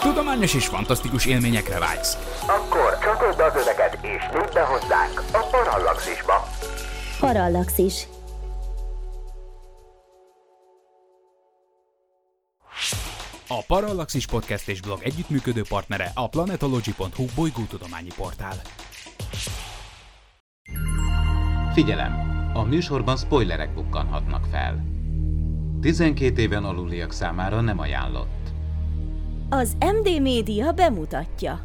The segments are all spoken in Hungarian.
Tudományos és fantasztikus élményekre vágysz? Akkor csatold az öveket és nyudd be hozzánk a Parallaxisba. Parallaxis. A Parallaxis Podcast és blog együttműködő partnere a planetology.hu bolygótudományi portál. Figyelem! A műsorban spoilerek bukkanhatnak fel. 12 éven aluliak számára nem ajánlott. Az MD Média bemutatja.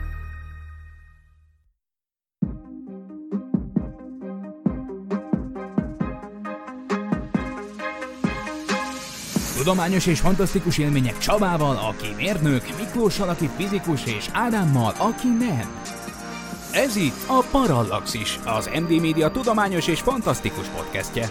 Tudományos és fantasztikus élmények Csabával, aki mérnök, Miklóssal, aki fizikus, és Ádámmal, aki nem. Ez itt a Parallaxis, az MD Média tudományos és fantasztikus podcastje.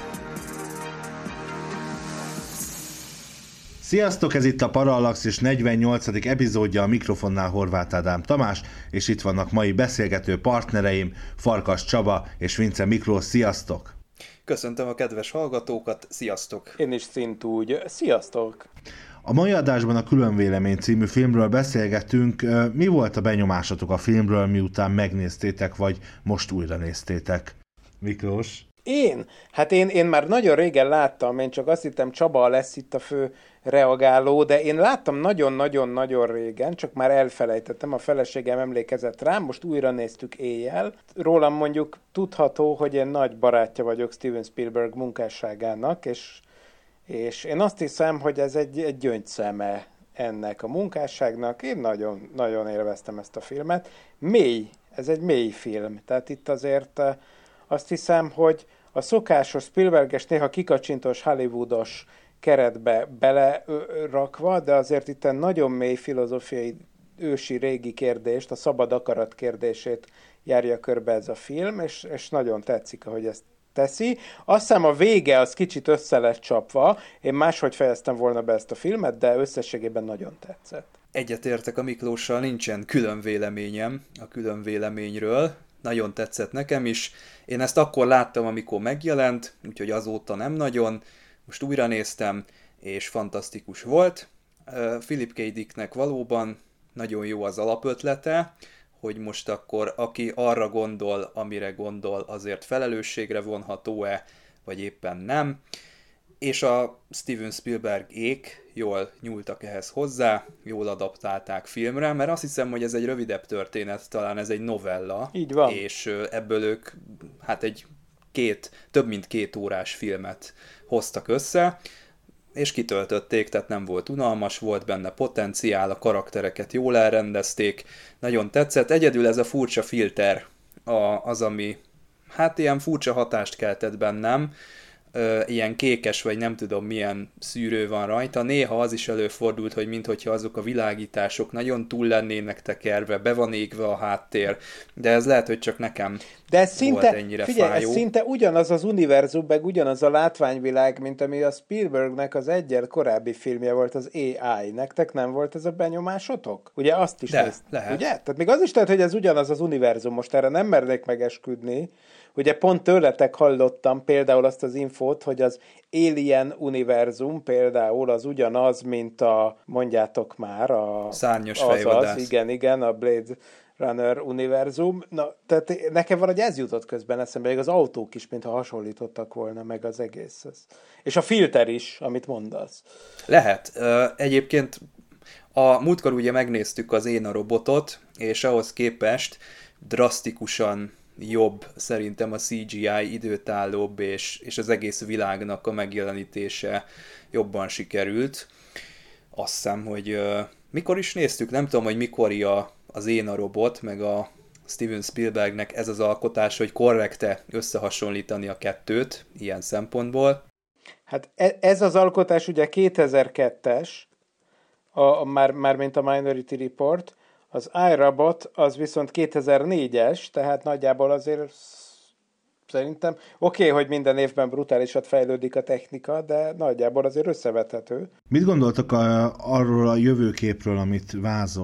Sziasztok, ez itt a Parallaxis 48. epizódja, a mikrofonnál Horváth Ádám Tamás, és itt vannak mai beszélgető partnereim, Farkas Csaba és Vince Miklós. Sziasztok! Köszöntöm a kedves hallgatókat, sziasztok! Én is szintúgy, sziasztok! A mai adásban a Különvélemény című filmről beszélgetünk. Mi volt a benyomásatok a filmről, miután megnéztétek, vagy most újra néztétek? Miklós? Én már nagyon régen láttam, én csak azt hittem Csaba lesz itt a fő reagáló, de én láttam nagyon-nagyon-nagyon régen, csak már elfelejtettem, a feleségem emlékezett rám, most újra néztük éjjel. Rólam mondjuk tudható, hogy én nagy barátja vagyok Steven Spielberg munkásságának, és én azt hiszem, hogy ez egy gyöngyszeme ennek a munkásságnak. Én nagyon élveztem ezt a filmet. Ez egy mély film, tehát itt azért azt hiszem, hogy a szokásos Spielberges, néha kikacsintos hollywoodos keretbe belerakva, de azért itt egy nagyon mély filozófiai ősi régi kérdést, a szabad akarat kérdését járja körbe ez a film, és nagyon tetszik, ahogy ezt teszi. Azt hiszem a vége az kicsit össze lett csapva, én máshogy fejeztem volna be ezt a filmet, de összességében nagyon tetszett. Egyetértek a Miklóssal, nincsen külön véleményem a külön véleményről. Nagyon tetszett nekem is. Én ezt akkor láttam, amikor megjelent, úgyhogy azóta nem nagyon. Most újra néztem, és fantasztikus volt. Philip K. Dicknek valóban nagyon jó az alapötlete, hogy most akkor aki arra gondol, amire gondol, azért felelősségre vonható-e, vagy éppen nem. És a Steven Spielbergék jól nyúltak ehhez hozzá, jól adaptálták filmre, mert azt hiszem, hogy ez egy rövidebb történet, talán ez egy novella. Így van. És ebből ők több mint 2 órás filmet hoztak össze, és kitöltötték, tehát nem volt unalmas, volt benne potenciál, a karaktereket jól elrendezték, nagyon tetszett. Egyedül ez a furcsa filter az, ami ilyen furcsa hatást keltett bennem, ilyen kékes, vagy nem tudom milyen szűrő van rajta. Néha az is előfordult, hogy minthogyha azok a világítások nagyon túl lennének tekerve, be van égve a háttér, de ez lehet, hogy csak nekem de ez volt ennyire fájó. Ez szinte ugyanaz az univerzum, meg ugyanaz a látványvilág, mint ami a Spielbergnek az egyel korábbi filmje volt, az AI. Nektek nem volt ez a benyomásotok? Ugye azt is lehet. Ugye? Tehát még az is lehet, hogy ez ugyanaz az univerzum. Most erre nem mernék megesküdni. Ugye pont tőletek hallottam például azt az infót, hogy az Alien univerzum például az ugyanaz, mint mondjátok már, a szárnyas fejvadász. Igen, a Blade Runner univerzum. Na, tehát nekem valahogy ez jutott közben eszembe, még az autók is, mintha hasonlítottak volna meg az egészhez. És a filter is, amit mondasz. Lehet. Egyébként a múltkor ugye megnéztük az Én a robotot, és ahhoz képest drasztikusan jobb szerintem a CGI, időtállóbb, és az egész világnak a megjelenítése jobban sikerült. Azt hiszem, hogy mikor is néztük, nem tudom, hogy mikori az Én a robot, meg a Steven Spielbergnek ez az alkotás, hogy korrekte összehasonlítani a kettőt ilyen szempontból. Hát ez az alkotás ugye 2002-es, már mint a Minority Report, az iRobot az viszont 2004-es, tehát nagyjából azért szerintem oké, hogy minden évben brutálisat fejlődik a technika, de nagyjából azért összevethető. Mit gondoltok arról a jövőképről, amit vázol?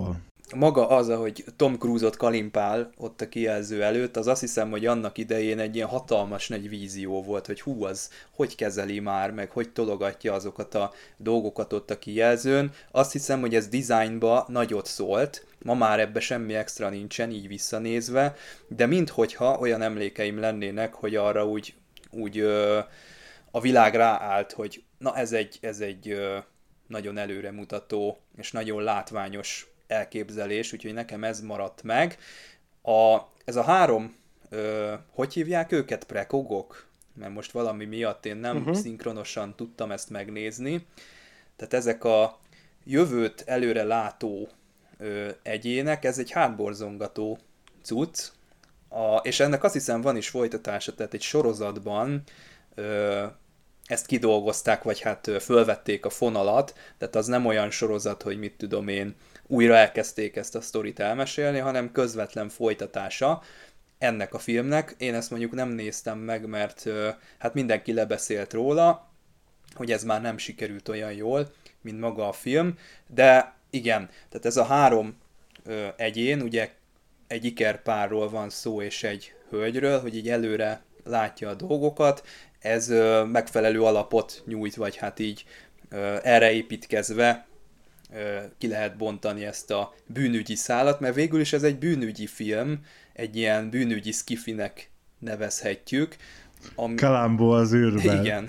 maga az, ahogy Tom Cruise-ot kalimpál ott a kijelző előtt, az azt hiszem, hogy annak idején egy ilyen hatalmas nagy vízió volt, hogy hú, az hogy kezeli már, meg hogy tologatja azokat a dolgokat ott a kijelzőn. Azt hiszem, hogy ez dizájnba nagyot szólt, ma már ebbe semmi extra nincsen, így visszanézve, de minthogyha olyan emlékeim lennének, hogy arra úgy a világ ráállt, hogy na ez egy nagyon előremutató és nagyon látványos elképzelés, úgyhogy nekem ez maradt meg. Ez a három, hogy hívják őket? Prekogok? Mert most valami miatt én nem szinkronosan tudtam ezt megnézni. Tehát ezek a jövőt előre látó egyének, ez egy hátborzongató cucc, és ennek azt hiszem van is folytatása, tehát egy sorozatban ezt kidolgozták, vagy hát fölvették a fonalat, tehát az nem olyan sorozat, hogy mit tudom én, újra elkezdték ezt a sztorit elmesélni, hanem közvetlen folytatása ennek a filmnek. Én ezt mondjuk nem néztem meg, mert hát mindenki lebeszélt róla, hogy ez már nem sikerült olyan jól, mint maga a film, de igen, tehát ez a három egyén, ugye egy ikerpárról van szó és egy hölgyről, hogy így előre látja a dolgokat, ez megfelelő alapot nyújt, vagy hát így erre építkezve ki lehet bontani ezt a bűnügyi szálat, mert végül is ez egy bűnügyi film, egy ilyen bűnügyi skifinek nevezhetjük. Kalambó az űrben. Igen.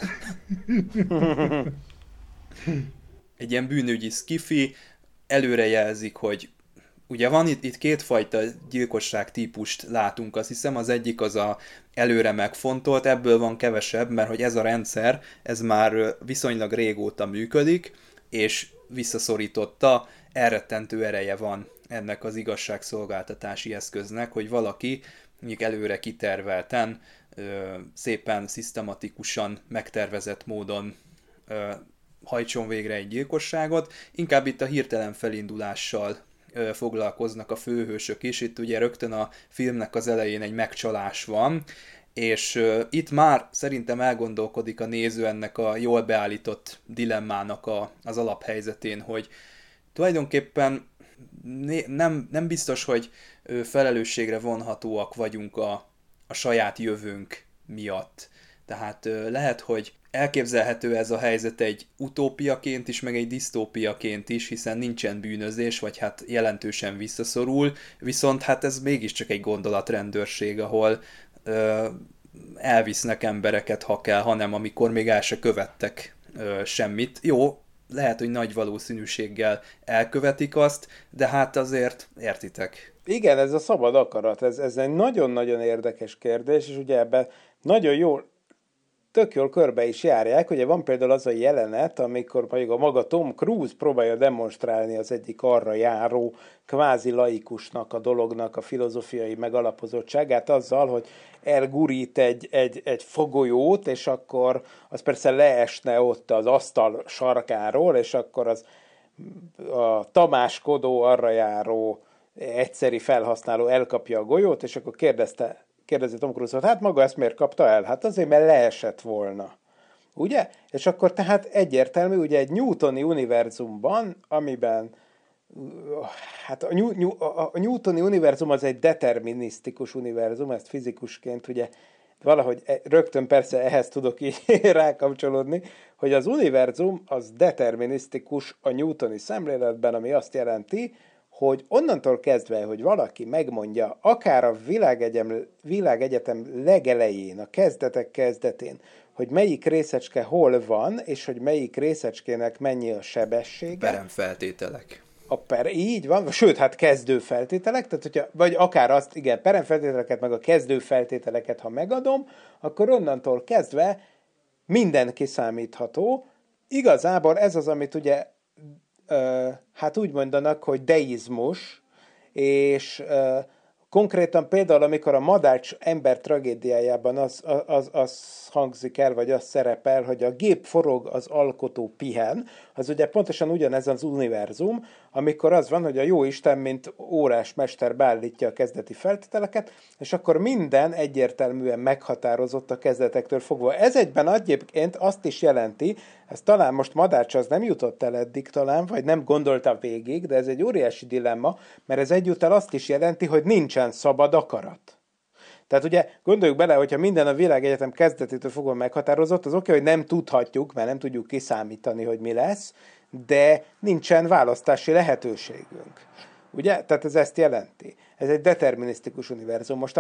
Egy ilyen bűnügyi skifi, előrejelzik, hogy ugye van itt kétfajta gyilkosság típust látunk, azt hiszem, az egyik az a előre megfontolt, ebből van kevesebb, mert hogy ez a rendszer, ez már viszonylag régóta működik, és visszaszorította, elrettentő ereje van ennek az igazságszolgáltatási eszköznek, hogy valaki mondjuk előre kitervelten, szépen, szisztematikusan megtervezett módon hajtson végre egy gyilkosságot, inkább itt a hirtelen felindulással foglalkoznak a főhősök is. Itt ugye rögtön a filmnek az elején egy megcsalás van, és itt már szerintem elgondolkodik a néző ennek a jól beállított dilemmának az alaphelyzetén, hogy tulajdonképpen nem biztos, hogy felelősségre vonhatóak vagyunk a saját jövőnk miatt. Tehát lehet, hogy elképzelhető ez a helyzet egy utópiaként is, meg egy disztópiaként is, hiszen nincsen bűnözés, vagy hát jelentősen visszaszorul, viszont hát ez mégiscsak egy gondolatrendőrség, ahol elvisznek embereket, ha kell, hanem amikor még el se követtek semmit. Jó, lehet, hogy nagy valószínűséggel elkövetik azt, de hát azért értitek. Igen, ez a szabad akarat, ez egy nagyon-nagyon érdekes kérdés, és ugye ebben nagyon jól, tök jól körbe is járják. Ugye van például az a jelenet, amikor mondjuk a maga Tom Cruise próbálja demonstrálni az egyik arra járó kvázi laikusnak a dolognak a filozófiai megalapozottságát azzal, hogy elgurít egy fogolyót, és akkor az persze leesne ott az asztal sarkáról, és akkor az a tamáskodó arra járó egyszeri felhasználó elkapja a golyót, és akkor kérdezi Tom Cruise, hát maga ezt miért kapta el? Hát azért, mert leesett volna. Ugye? És akkor tehát egyértelmű, ugye egy newtoni univerzumban, amiben hát a newtoni univerzum az egy determinisztikus univerzum, ezt fizikusként ugye valahogy rögtön persze ehhez tudok így rákapcsolódni, hogy az univerzum az determinisztikus a newtoni szemléletben, ami azt jelenti, hogy onnantól kezdve, hogy valaki megmondja, akár a világegyetem legelején, a kezdetek kezdetén, hogy melyik részecske hol van, és hogy melyik részecskének mennyi a sebessége. Peremfeltételek. Így van, sőt, hát kezdőfeltételek, tehát hogyha, vagy akár azt, igen, peremfeltételeket, meg a kezdőfeltételeket, ha megadom, akkor onnantól kezdve minden kiszámítható. Igazából ez az, amit ugye hát úgy mondanak, hogy deizmus, és konkrétan például, amikor a Madách ember tragédiájában az hangzik el, vagy az szerepel, hogy a gép forog, az alkotó pihen, az ugye pontosan ugyanez az univerzum, amikor az van, hogy a Jóisten, mint órásmester beállítja a kezdeti feltételeket, és akkor minden egyértelműen meghatározott a kezdetektől fogva. Ez egyben egyébként azt is jelenti, ez talán most Madács az nem jutott el eddig talán, vagy nem gondolta végig, de ez egy óriási dilemma, mert ez egyúttal azt is jelenti, hogy nincsen szabad akarat. Tehát ugye gondoljuk bele, hogyha minden a világegyetem kezdetétől fogva meghatározott, az oké, hogy nem tudhatjuk, mert nem tudjuk kiszámítani, hogy mi lesz, de nincsen választási lehetőségünk. Ugye? Tehát ez ezt jelenti. Ez egy determinisztikus univerzum. Most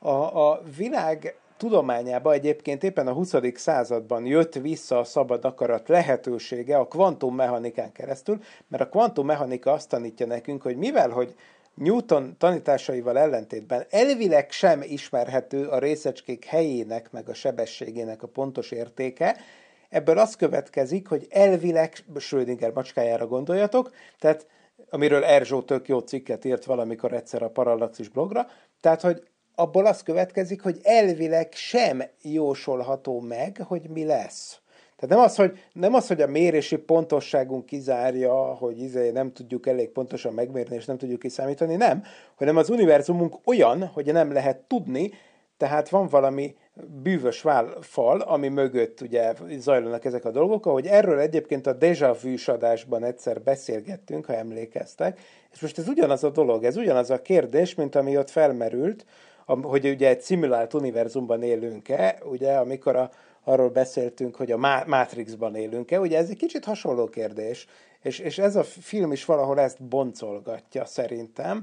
a világ tudományába egyébként éppen a 20. században jött vissza a szabad akarat lehetősége a kvantummechanikán keresztül, mert a kvantummechanika azt tanítja nekünk, hogy mivel, hogy Newton tanításaival ellentétben elvileg sem ismerhető a részecskék helyének meg a sebességének a pontos értéke, ebből az következik, hogy elvileg, Schrödinger macskájára gondoljatok, tehát amiről Erzsó tök jó cikket írt valamikor egyszer a Parallaxis blogra, tehát hogy abból az következik, hogy elvileg sem jósolható meg, hogy mi lesz. Tehát nem az, hogy a mérési pontosságunk kizárja, hogy nem tudjuk elég pontosan megmérni, és nem tudjuk kiszámítani, nem, hanem az univerzumunk olyan, hogy nem lehet tudni, tehát van valami bűvös fal, ami mögött ugye zajlanak ezek a dolgok, ahogy erről egyébként a Déjà Vu-s adásban egyszer beszélgettünk, ha emlékeztek, és most ez ugyanaz a dolog, ez ugyanaz a kérdés, mint ami ott felmerült, hogy ugye egy szimulált univerzumban élünk-e, ugye amikor arról beszéltünk, hogy a Matrixban élünk-e, ugye ez egy kicsit hasonló kérdés, és ez a film is valahol ezt boncolgatja szerintem.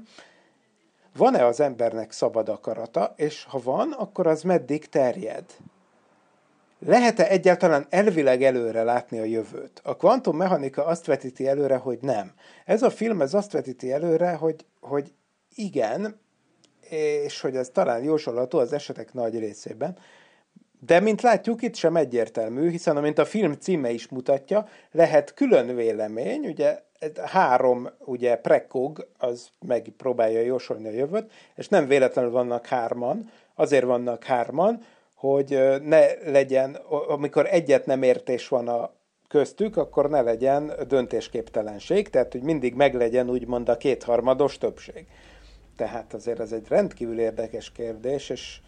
Van-e az embernek szabad akarata, és ha van, akkor az meddig terjed? Lehet-e egyáltalán elvileg előre látni a jövőt? A kvantummechanika azt vetíti előre, hogy nem. Ez a film azt vetíti előre, hogy igen, és hogy ez talán jósolható az esetek nagy részében, de mint látjuk, itt sem egyértelmű, hiszen amint a film címe is mutatja, lehet külön vélemény, ugye 3 ugye prekog, az megpróbálja jósolni a jövőt, és nem véletlenül vannak 3-an, azért vannak 3-an, hogy ne legyen, amikor egyet nem értés van a köztük, akkor ne legyen döntésképtelenség, tehát hogy mindig meglegyen úgymond a 2/3 többség. Tehát azért ez egy rendkívül érdekes kérdés,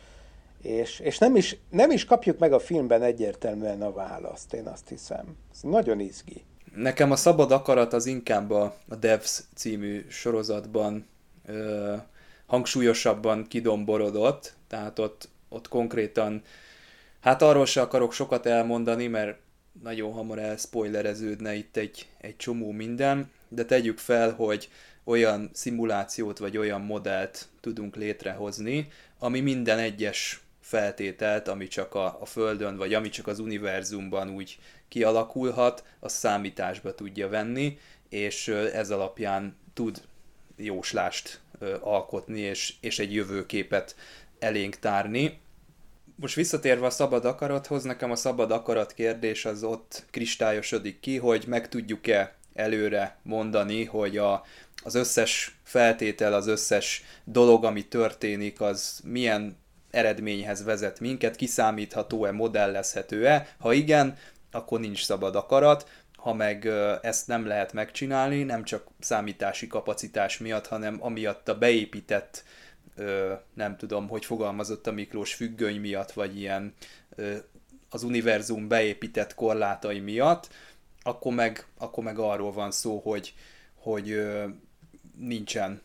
és nem is kapjuk meg a filmben egyértelműen a választ, én azt hiszem. Ez nagyon izgi. Nekem a szabad akarat az inkább a Devs című sorozatban hangsúlyosabban kidomborodott, tehát ott konkrétan, hát arról se akarok sokat elmondani, mert nagyon hamar elspoilereződne itt egy csomó minden, de tegyük fel, hogy olyan szimulációt vagy olyan modellt tudunk létrehozni, ami minden egyes feltételt, ami csak a Földön, vagy ami csak az univerzumban úgy kialakulhat, azt számításba tudja venni, és ez alapján tud jóslást alkotni, és egy jövőképet elénk tárni. Most visszatérve a szabad akarathoz, nekem a szabad akarat kérdés az ott kristályosodik ki, hogy meg tudjuk-e előre mondani, hogy az összes feltétel, az összes dolog, ami történik, az milyen eredményhez vezet minket, kiszámítható-e, modellezhető-e. Ha igen, akkor nincs szabad akarat, ha meg ezt nem lehet megcsinálni, nem csak számítási kapacitás miatt, hanem amiatt a beépített, nem tudom, hogy fogalmazott a Miklós, függöny miatt, vagy ilyen az univerzum beépített korlátai miatt, akkor meg arról van szó, hogy nincsen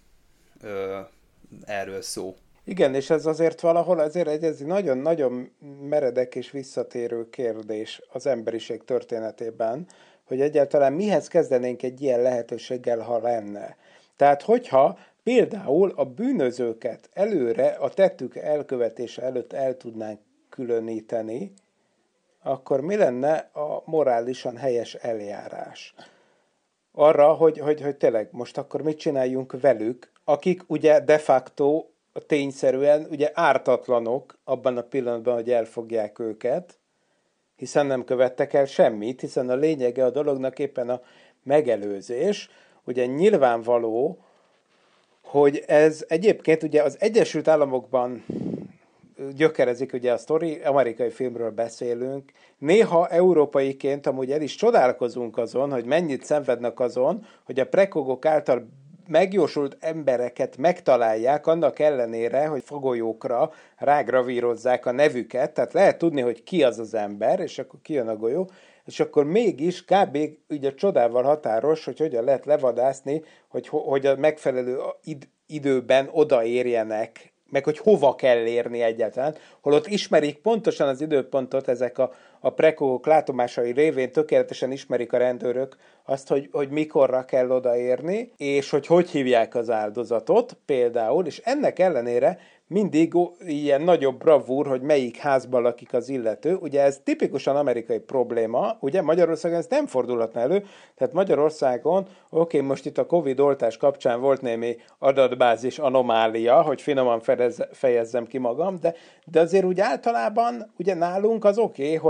erről szó. Igen, és ez azért valahol ez egy nagyon-nagyon meredek és visszatérő kérdés az emberiség történetében, hogy egyáltalán mihez kezdenénk egy ilyen lehetőséggel, ha lenne. Tehát, hogyha például a bűnözőket előre a tettük elkövetése előtt el tudnánk különíteni, akkor mi lenne a morálisan helyes eljárás? Arra, hogy tényleg most akkor mit csináljunk velük, akik ugye de facto tényszerűen ugye ártatlanok abban a pillanatban, hogy elfogják őket, hiszen nem követtek el semmit, hiszen a lényege a dolognak éppen a megelőzés. Ugye nyilvánvaló, hogy ez egyébként ugye az Egyesült Államokban gyökerezik ugye a sztori, amerikai filmről beszélünk. Néha európaiként amúgy el is csodálkozunk azon, hogy mennyit szenvednek azon, hogy a prekogok által megjósult embereket megtalálják, annak ellenére, hogy fogolyókra rágravírozzák a nevüket, tehát lehet tudni, hogy ki az az ember, és akkor kijön a golyó, és akkor mégis kb. Ugye csodával határos, hogy hogyan lehet levadászni, hogy a megfelelő időben odaérjenek, meg hogy hova kell érni egyáltalán, holott ismerik pontosan az időpontot, ezek a prekogok látomásai révén tökéletesen ismerik a rendőrök azt, hogy mikorra kell odaérni, és hogy hívják az áldozatot például, és ennek ellenére mindig ilyen nagyobb bravúr, hogy melyik házban lakik az illető. Ugye ez tipikusan amerikai probléma, ugye Magyarországon ez nem fordulhatna elő, tehát Magyarországon, most itt a Covid oltás kapcsán volt némi adatbázis anomália, hogy finoman fejezzem ki magam, de azért úgy általában ugye nálunk az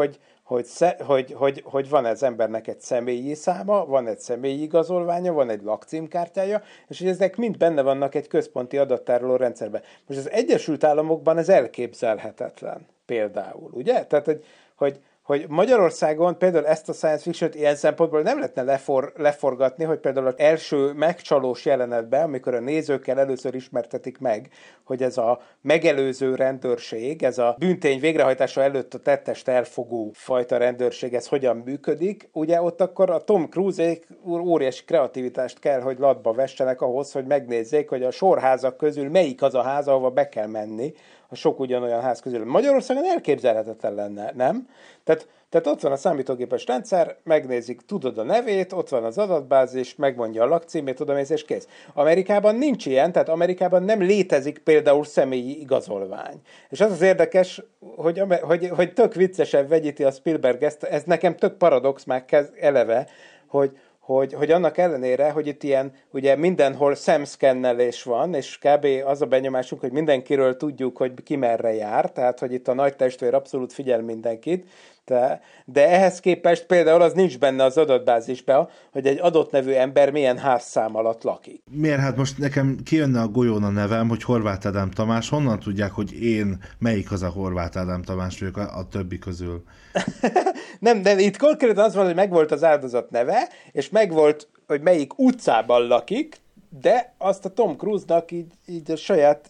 hogy van az embernek egy személyi száma, van egy személyi igazolványa, van egy lakcímkártyája, és hogy ezek mind benne vannak egy központi adattároló rendszerben. Most az Egyesült Államokban ez elképzelhetetlen például, ugye? Tehát, hogy Magyarországon például ezt a science fiction-t ilyen szempontból nem lehetne leforgatni, hogy például az első megcsalós jelenetben, amikor a nézőkkel először ismertetik meg, hogy ez a megelőző rendőrség, ez a bűntény végrehajtása előtt a tettest elfogó fajta rendőrség, ez hogyan működik, ugye ott akkor a Tom Cruise-ék óriási kreativitást kell, hogy latba vessenek ahhoz, hogy megnézzék, hogy a sorházak közül melyik az a ház, ahova be kell menni, a sok ugyanolyan ház közül. Magyarországon elképzelhetetlen lenne, nem? Tehát ott van a számítógépes rendszer, megnézik, tudod a nevét, ott van az adatbázis, megmondja a lakcímét, odamész és kész. Amerikában nincs ilyen, tehát Amerikában nem létezik például személyi igazolvány. És az az érdekes, hogy tök viccesen vegyíti a Spielberg ezt, ez nekem tök paradox már eleve, hogy annak ellenére, hogy itt ilyen, ugye mindenhol szemszkennelés van, és kb. Az a benyomásunk, hogy mindenkiről tudjuk, hogy ki merre jár, tehát, hogy itt a nagy testvér abszolút figyel mindenkit, de ehhez képest például az nincs benne az adatbázisban, hogy egy adott nevű ember milyen házszám alatt lakik. Miért? Hát most nekem kijönne a golyón a nevem, hogy Horváth Ádám Tamás, honnan tudják, hogy én melyik az a Horváth Ádám Tamás vagyok a többi közül? Nem, de itt konkrétan az van, hogy megvolt az áldozat neve, és megvolt, hogy melyik utcában lakik, de azt a Tom Cruise-nak így a saját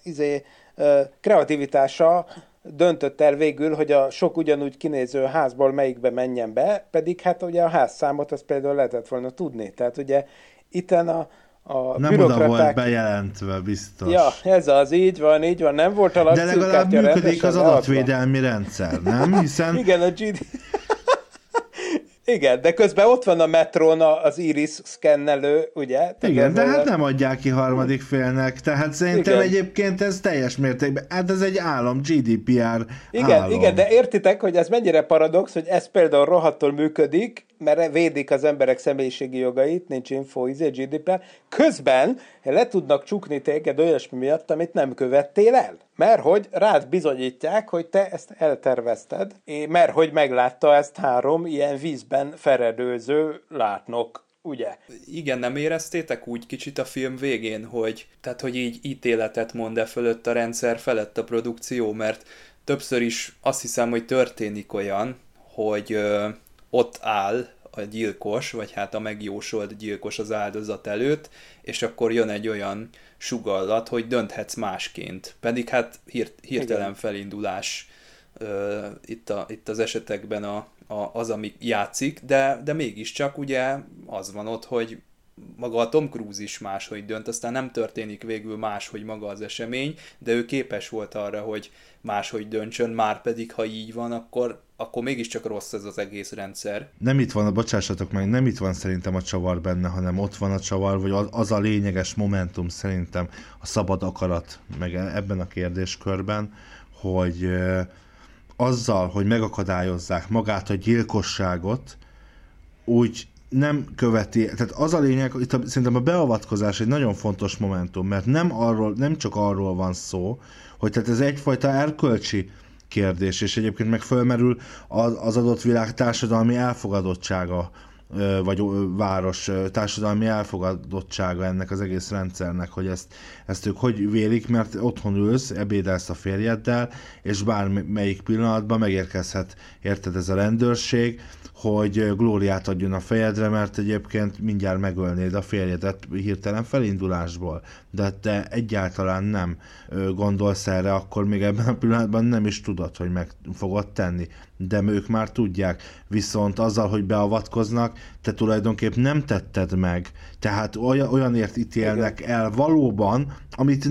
kreativitása döntött el végül, hogy a sok ugyanúgy kinéző házból melyikbe menjen be, pedig hát ugye a házszámot azt például lehetett volna tudni. Tehát ugye itten a nem bürokraták... oda volt bejelentve, biztos. Ja, ez az, így van, nem volt a de legalább működik az adatvédelmi rendszer, nem? Hiszen... Igen, a Igen, de közben ott van a metrón az iris szkennelő, ugye? Igen, de hát nem adják ki harmadik félnek, tehát szerintem egyébként ez teljes mértékben, hát ez egy állam, GDPR állam. Igen, de értitek, hogy ez mennyire paradox, hogy ez például rohadtul működik, mert védik az emberek személyiségi jogait, nincs info, GDPR, közben le tudnak csukni téged olyasmi miatt, amit nem követtél el. Mert hogy rád bizonyítják, hogy te ezt eltervezted, mert hogy meglátta ezt 3 ilyen vízben feredőző látnok, ugye? Igen, nem éreztétek úgy kicsit a film végén, hogy így ítéletet mond fölött a rendszer, felett a produkció, mert többször is azt hiszem, hogy történik olyan, hogy ott áll a gyilkos, vagy hát a megjósolt gyilkos az áldozat előtt, és akkor jön egy olyan sugallat, hogy másként. Pedig hát hirtelen felindulás itt az esetekben az, ami játszik, de mégiscsak ugye az van ott, hogy maga a Tom Cruise is máshogy dönt, aztán nem történik végül máshogy maga az esemény, de ő képes volt arra, hogy máshogy döntsön, már pedig ha így van, akkor mégiscsak rossz ez az egész rendszer. Nem itt van, bocsássatok meg, nem itt van szerintem a csavar benne, hanem ott van a csavar, vagy az a lényeges momentum szerintem a szabad akarat, meg ebben a kérdéskörben, hogy azzal, hogy megakadályozzák magát a gyilkosságot, úgy nem követi, tehát az a lényeg, itt szerintem a beavatkozás egy nagyon fontos momentum, mert nem csak arról van szó, hogy tehát ez egyfajta erkölcsi kérdés, és egyébként meg fölmerül az adott világ társadalmi elfogadottsága vagy város társadalmi elfogadottsága ennek az egész rendszernek, hogy ezt ők hogy vélik, mert otthon ülsz, ebédelsz a férjeddel, és bármelyik pillanatban megérkezhet, érted, ez a rendőrség, hogy glóriát adjon a fejedre, mert egyébként mindjárt megölnéd a férjedet hirtelen felindulásból. De te egyáltalán nem gondolsz erre, akkor még ebben a pillanatban nem is tudod, hogy meg fogod tenni. De ők már tudják. Viszont azzal, hogy beavatkoznak, te tulajdonképp nem tetted meg. Tehát olyanért ítélnek el valóban, amit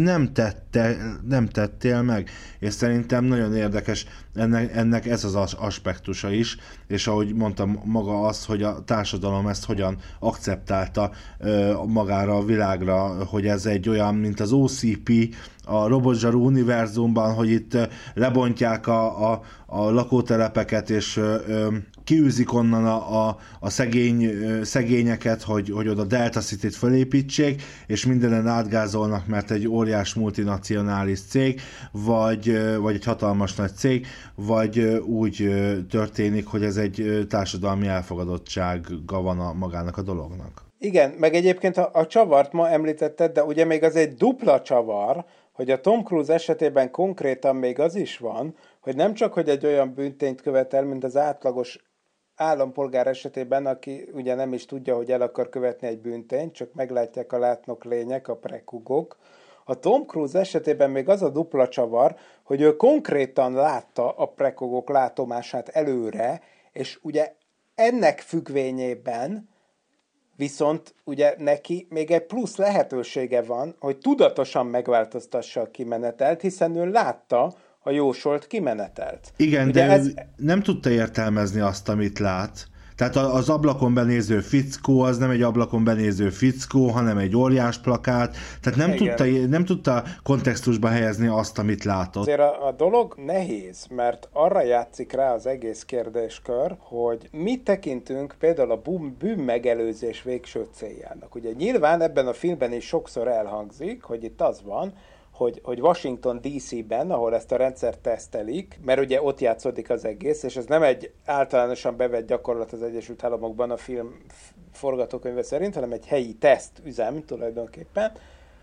nem tettél meg. És szerintem nagyon érdekes ennek ez az aspektusa is, és ahogy mondtam, maga az, hogy a társadalom ezt hogyan akceptálta magára a világra, hogy ez egy olyan, mint az OCP, a robotzsaru univerzumban, hogy itt lebontják a lakótelepeket, és kiűzik onnan a szegényeket, hogy oda Delta City-t felépítsék, és mindenen átgázolnak, mert egy óriás multinacionális cég, vagy egy hatalmas nagy cég, vagy úgy történik, hogy ez egy társadalmi elfogadottsága van magának a dolognak. Igen, meg egyébként a csavart ma említetted, de ugye még az egy dupla csavar, hogy a Tom Cruise esetében konkrétan még az is van, hogy nem csak, hogy egy olyan bűntényt követel, mint az átlagos állampolgár esetében, aki ugye nem is tudja, hogy el akar követni egy bűntényt, csak meglátják a látnok lények, a prekugok. A Tom Cruise esetében még az a dupla csavar, hogy ő konkrétan látta a prekugok látomását előre, és ugye ennek függvényében viszont ugye neki még egy plusz lehetősége van, hogy tudatosan megváltoztassa a kimenetelt, hiszen ő látta a jósolt kimenetelt. Igen, ugye de ő nem tudta értelmezni azt, amit lát. Tehát az ablakon benéző fickó az nem egy ablakon benéző fickó, hanem egy óriás plakát. Tehát nem tudta kontextusba helyezni azt, amit látott. Azért a dolog nehéz, mert arra játszik rá az egész kérdéskör, hogy mit tekintünk például a bűnmegelőzés végső céljának. Ugye nyilván ebben a filmben is sokszor elhangzik, hogy itt az van, hogy Washington DC-ben, ahol ezt a rendszert tesztelik, mert ugye ott játszódik az egész, és ez nem egy általánosan bevett gyakorlat az Egyesült Államokban a film forgatókönyve szerint, hanem egy helyi tesztüzem tulajdonképpen,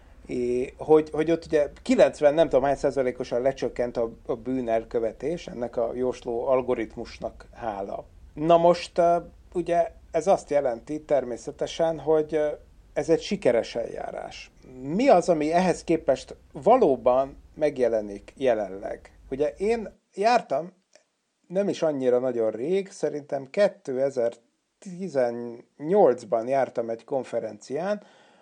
hogy ott ugye 90 nem tudom hány százalékosan lecsökkent a bűnelkövetés ennek a jósló algoritmusnak hála. Na most ugye ez azt jelenti természetesen, hogy ez egy sikeres eljárás. Mi az, ami ehhez képest valóban megjelenik jelenleg? Ugye én jártam, nem is annyira nagyon rég, szerintem 2018-ban jártam egy konferencián,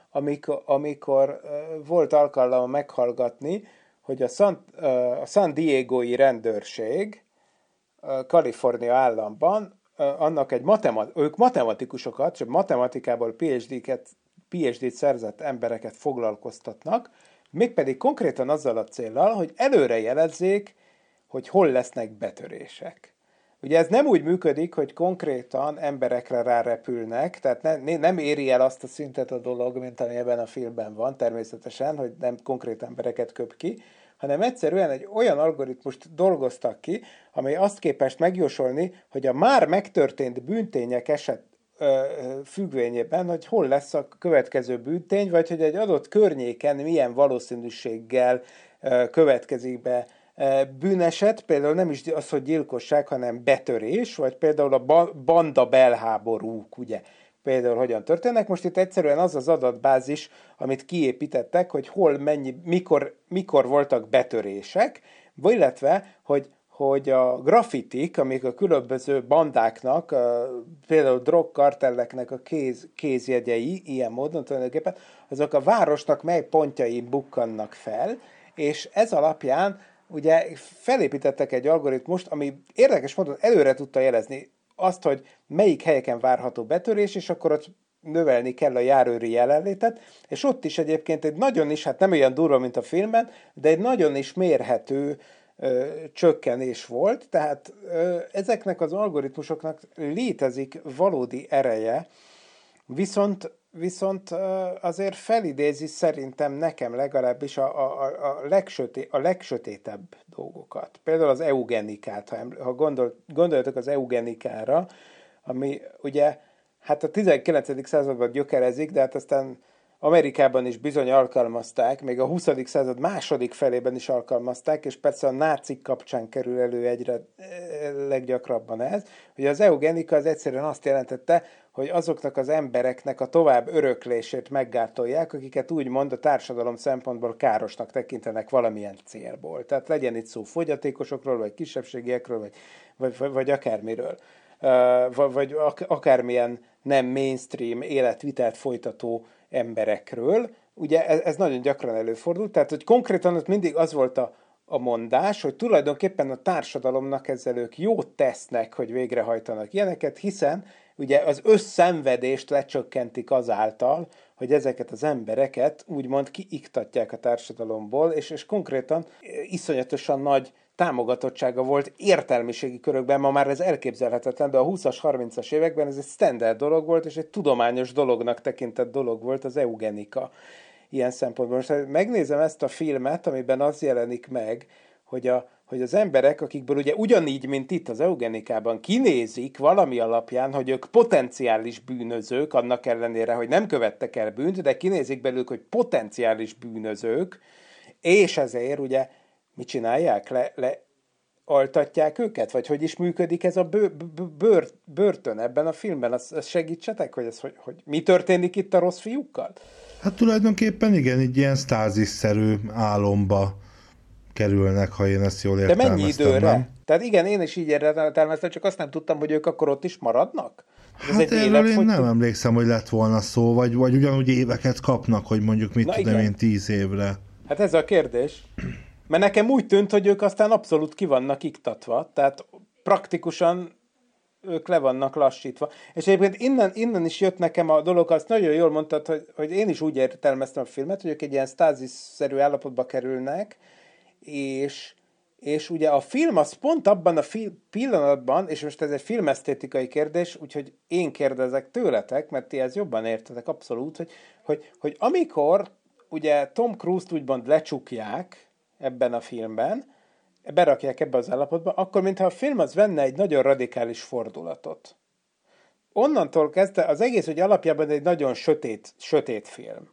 amikor volt alkalom meghallgatni, hogy a San Diego-i rendőrség Kalifornia államban annak ők matematikusokat, csak matematikából PhD-t szerzett embereket foglalkoztatnak, mégpedig konkrétan azzal a céllal, hogy előre jelezzék, hogy hol lesznek betörések. Ugye ez nem úgy működik, hogy konkrétan emberekre rárepülnek, tehát nem éri el azt a szintet a dolog, mint ami ebben a filmben van, természetesen, hogy nem konkrét embereket köp ki, hanem egyszerűen egy olyan algoritmust dolgoztak ki, amely azt képes megjósolni, hogy a már megtörtént bűntények függvényében, hogy hol lesz a következő bűntény, vagy hogy egy adott környéken milyen valószínűséggel következik be bűneset, például nem is az, hogy gyilkosság, hanem betörés, vagy például a banda belháborúk, ugye, például hogyan történnek. Most itt egyszerűen az az adatbázis, amit kiépítettek, hogy hol, mennyi, mikor voltak betörések, illetve, hogy a graffitik, amik a különböző bandáknak, például drogkartelleknek a kézjegyei, ilyen módon tulajdonképpen, azok a városnak mely pontjain bukkannak fel, és ez alapján ugye felépítettek egy algoritmust, ami érdekes módon előre tudta jelezni azt, hogy melyik helyeken várható betörés, és akkor ott növelni kell a járőri jelenlétet, és ott is egyébként egy nagyon is, hát nem olyan durva, mint a filmben, de egy nagyon is mérhető csökkenés volt, tehát ezeknek az algoritmusoknak létezik valódi ereje, viszont azért felidézi szerintem nekem legalábbis a legsötétebb dolgokat. Például az eugenikát, ha gondoltok az eugenikára, ami ugye hát a 19. században gyökerezik, de hát aztán Amerikában is bizony alkalmazták, még a 20. század második felében is alkalmazták, és persze a nácik kapcsán kerül elő egyre leggyakrabban ez, hogy az eugenika az egyszerűen azt jelentette, hogy azoknak az embereknek a tovább öröklését meggátolják, akiket úgymond a társadalom szempontból károsnak tekintenek valamilyen célból. Tehát legyen itt szó fogyatékosokról, vagy kisebbségiekről, vagy akármiről. Vagy akármilyen nem mainstream életvitelt folytató emberekről. Ugye ez nagyon gyakran előfordul, tehát hogy konkrétan ott mindig az volt a mondás, hogy tulajdonképpen a társadalomnak ezzel ők jót tesznek, hogy végrehajtanak ilyeneket, hiszen ugye az összszenvedést lecsökkentik azáltal, hogy ezeket az embereket úgymond kiiktatják a társadalomból, és konkrétan iszonyatosan nagy támogatottsága volt értelmiségi körökben, ma már ez elképzelhetetlen, de a 20-as, 30-as években ez egy standard dolog volt, és egy tudományos dolognak tekintett dolog volt az eugenika ilyen szempontból. Most megnézem ezt a filmet, amiben az jelenik meg, hogy az emberek, akikből ugye ugyanígy, mint itt az eugenikában kinézik valami alapján, hogy ők potenciális bűnözők, annak ellenére, hogy nem követtek el bűnt, de kinézik belőlük, hogy potenciális bűnözők, és ezért ugye mit csinálják? Lealtatják őket? Vagy hogy is működik ez a börtön ebben a filmben? Azt segítsetek, hogy mi történik itt a rossz fiúkkal? Hát tulajdonképpen igen, így ilyen stázisszerű álomba kerülnek, ha én ezt jól értelmeztem. De mennyi időre? Nem? Tehát igen, én is így értelmeztem, csak azt nem tudtam, hogy ők akkor ott is maradnak? Hát erről én nem emlékszem, hogy lett volna szó, vagy ugyanúgy éveket kapnak, hogy mondjuk mit tudom én 10 évre. Hát ez a kérdés. Mert nekem úgy tűnt, hogy ők aztán abszolút ki vannak iktatva, tehát praktikusan ők le vannak lassítva. És egyébként innen is jött nekem a dolog, azt nagyon jól mondtad, hogy én is úgy értelmeztem a filmet, hogy ők egy ilyen stázisszerű állapotba kerülnek, és ugye a film az pont abban a pillanatban, és most ez egy filmesztétikai kérdés, úgyhogy én kérdezek tőletek, mert ti ezt jobban értetek abszolút, hogy amikor ugye Tom Cruise-t úgymond lecsukják ebben a filmben, berakják ebbe az állapotba, akkor mintha a film az venne egy nagyon radikális fordulatot. Onnantól kezdve az egész ugye alapjában egy nagyon sötét film.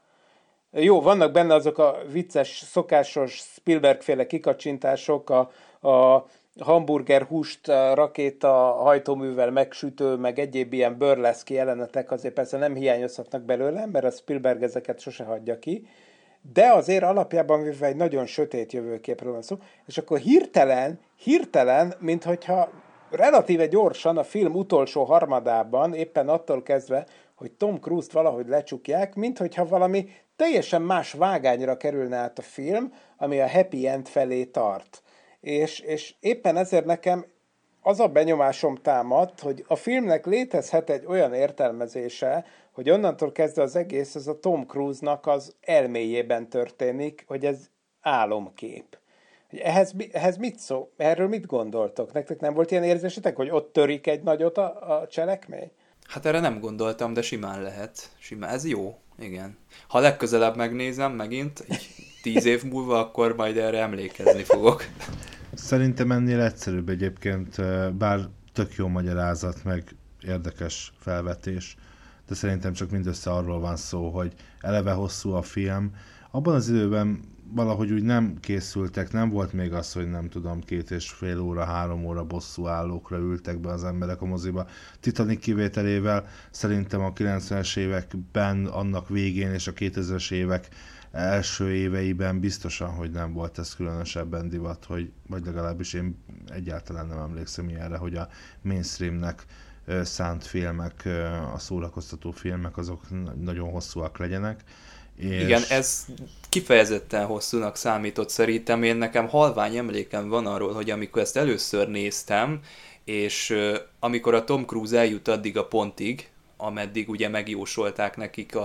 Jó, vannak benne azok a vicces, szokásos Spielberg-féle kikacsintások, a hamburger húst rakéta hajtóművel megsütő, meg egyéb ilyen burleszki jelenetek azért persze nem hiányozhatnak belőle, mert a Spielberg ezeket sose hagyja ki, de azért alapjában véve egy nagyon sötét jövőképről van szó, és akkor hirtelen, minthogyha relatíve gyorsan a film utolsó harmadában, éppen attól kezdve, hogy Tom Cruise-t valahogy lecsukják, minthogyha valami teljesen más vágányra kerülne át a film, ami a happy end felé tart. És éppen ezért nekem az a benyomásom támad, hogy a filmnek létezhet egy olyan értelmezése, hogy onnantól kezdve az egész, ez a Tom Cruise-nak az elméjében történik, hogy ez álomkép. Ehhez mit szó? Erről mit gondoltok? Nektek nem volt ilyen érzésetek, hogy ott törik egy nagyot a cselekmény? Hát erre nem gondoltam, de simán lehet. Simán. Ez jó, igen. Ha legközelebb megnézem megint, 10 év múlva, akkor majd erre emlékezni fogok. Szerintem ennél egyszerűbb egyébként, bár tök jó magyarázat, meg érdekes felvetés, de szerintem csak mindössze arról van szó, hogy eleve hosszú a film. Abban az időben valahogy úgy nem készültek, nem volt még az, hogy nem tudom, 2,5 óra, 3 óra bosszúállókra ültek be az emberek a moziba. Titanic kivételével szerintem a 90-es években, annak végén és a 2000-es évek első éveiben biztosan, hogy nem volt ez különösebben divat, vagy legalábbis én egyáltalán nem emlékszem ilyenre, hogy a mainstreamnek szánt filmek, a szórakoztató filmek, azok nagyon hosszúak legyenek. Igen, ez kifejezetten hosszúnak számított szerintem. Nekem halvány emlékem van arról, hogy amikor ezt először néztem, és amikor a Tom Cruise eljut addig a pontig, ameddig ugye megjósolták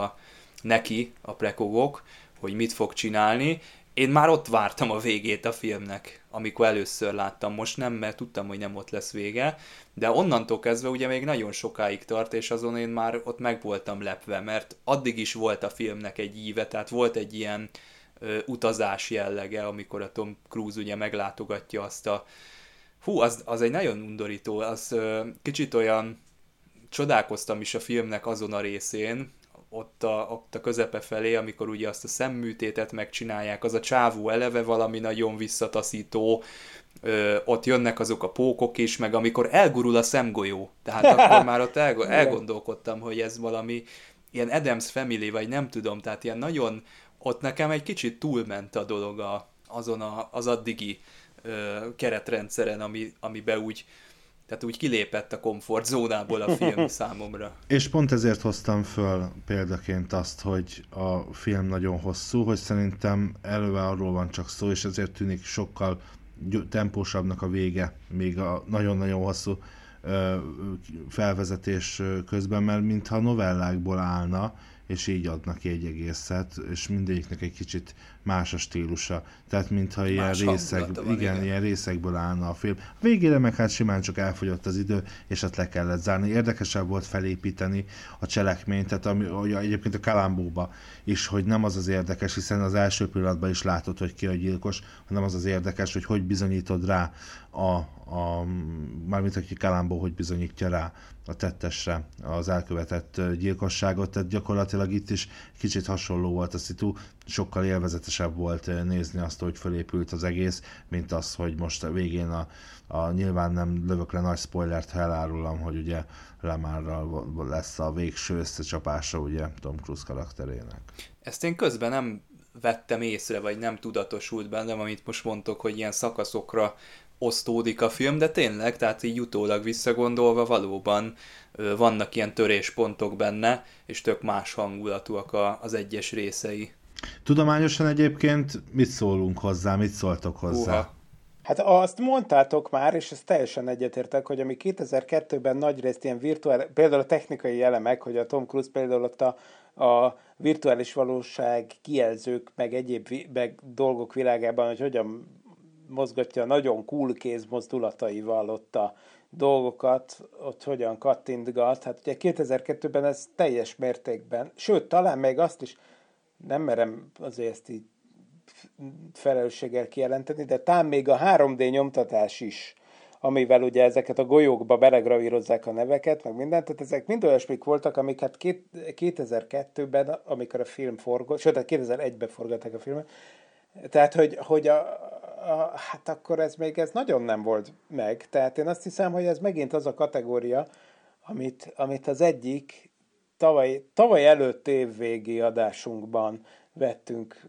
neki a prekogok, hogy mit fog csinálni, én már ott vártam a végét a filmnek, amikor először láttam. Most nem, mert tudtam, hogy nem ott lesz vége, de onnantól kezdve ugye még nagyon sokáig tart, és azon én már ott meg voltam lepve, mert addig is volt a filmnek egy íve, tehát volt egy ilyen utazás jellege, amikor a Tom Cruise ugye meglátogatja azt a... az egy nagyon undorító, az kicsit olyan csodálkoztam is a filmnek azon a részén, ott a közepe felé, amikor ugye azt a szemműtétet megcsinálják, az a csávó eleve valami nagyon visszataszító, ott jönnek azok a pókok is, meg amikor elgurul a szemgolyó. Tehát akkor már ott elgondolkodtam, hogy ez valami ilyen Addams Family, vagy nem tudom, tehát ilyen nagyon, ott nekem egy kicsit túlment a dolog azon az addigi keretrendszeren, amiben úgy, tehát úgy kilépett a komfortzónából a film számomra. És pont ezért hoztam föl példaként azt, hogy a film nagyon hosszú, hogy szerintem eleve arról van csak szó, és ezért tűnik sokkal tempósabbnak a vége, még a nagyon-nagyon hosszú felvezetés közben, mert mintha novellákból állna, és így adnak ki egy egészet, és mindegyiknek egy kicsit más a stílusa. Tehát mintha ilyen ilyen részekből állna a film. A végére meg hát simán csak elfogyott az idő, és ott le kellett zárni. Érdekesebb volt felépíteni a cselekményt, tehát ami egyébként a Columbo-ba is, hogy nem az az érdekes, hiszen az első pillanatban is látod, hogy ki a gyilkos, hanem az az érdekes, hogy bizonyítod rá mármint aki Columbo, hogy bizonyítja rá a tettesre az elkövetett gyilkosságot, tehát gyakorlatilag itt is kicsit hasonló volt a szitu, sokkal élvezetesebb volt nézni azt, hogy felépült az egész, mint az, hogy most a végén nyilván nem lövök le nagy spoilert, ha elárulom, hogy ugye Lamarral lesz a végső összecsapása ugye Tom Cruise karakterének. Ezt én közben nem vettem észre, vagy nem tudatosult bennem, amit most mondtok, hogy ilyen szakaszokra osztódik a film, de tényleg, tehát így utólag visszagondolva valóban vannak ilyen töréspontok benne, és tök más hangulatúak az egyes részei. Tudományosan egyébként mit szólunk hozzá, mit szóltok hozzá? Hát azt mondtátok már, és ezt teljesen egyetértek, hogy ami 2002-ben nagyrészt ilyen például a technikai elemek, hogy a Tom Cruise például ott a virtuális valóság kijelzők, meg egyéb dolgok világában, hogy hogyan mozgatja nagyon cool kézmozdulataival ott a dolgokat, ott hogyan kattintgat. Hát ugye 2002-ben ez teljes mértékben, sőt, talán még azt is nem merem azért ezt így felelősséggel kijelenteni, de talán még a 3D nyomtatás is, amivel ugye ezeket a golyókba belegravírozzák a neveket, meg mindent, tehát ezek mind olyasmik voltak, amik hát 2002-ben, amikor a film forgott, sőt, 2001-ben forgatták a filmet, tehát, hogy hát akkor ez nagyon nem volt meg. Tehát én azt hiszem, hogy ez megint az a kategória, amit az egyik tavaly előtt évvégi adásunkban tettünk